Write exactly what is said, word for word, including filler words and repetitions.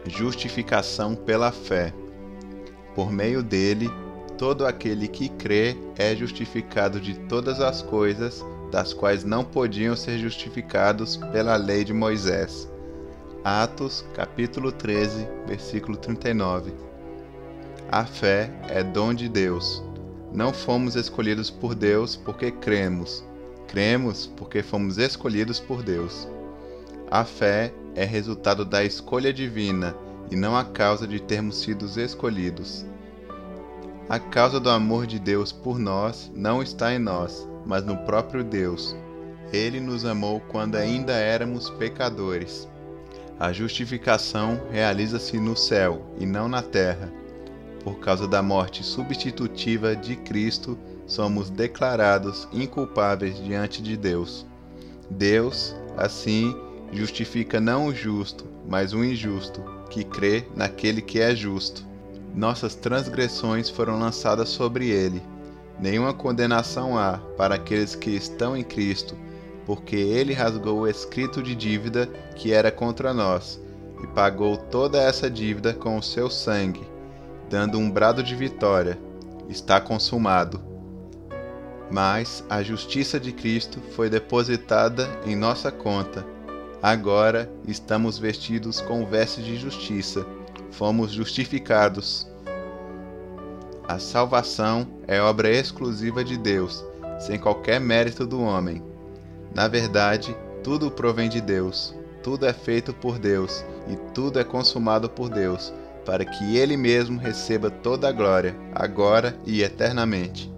Justificação pela fé. Por meio dele, todo aquele que crê é justificado de todas as coisas das quais não podiam ser justificados pela lei de Moisés. Atos, capítulo treze, versículo trinta e nove. A fé é dom de Deus. Não fomos escolhidos por Deus porque cremos. Cremos porque fomos escolhidos por Deus. A fé é resultado da escolha divina e não a causa de termos sido escolhidos. A causa do amor de Deus por nós não está em nós, mas no próprio Deus. Ele nos amou quando ainda éramos pecadores. A justificação realiza-se no céu e não na terra. Por causa da morte substitutiva de Cristo, somos declarados inculpáveis diante de Deus. Deus, assim, justifica não o justo, mas o injusto, que crê naquele que é justo. Nossas transgressões foram lançadas sobre ele. Nenhuma condenação há para aqueles que estão em Cristo, porque ele rasgou o escrito de dívida que era contra nós, e pagou toda essa dívida com o seu sangue, dando um brado de vitória: está consumado. Mas a justiça de Cristo foi depositada em nossa conta. Agora estamos vestidos com vestes de justiça. Fomos justificados. A salvação é obra exclusiva de Deus, sem qualquer mérito do homem. Na verdade, tudo provém de Deus, tudo é feito por Deus e tudo é consumado por Deus, para que Ele mesmo receba toda a glória, agora e eternamente.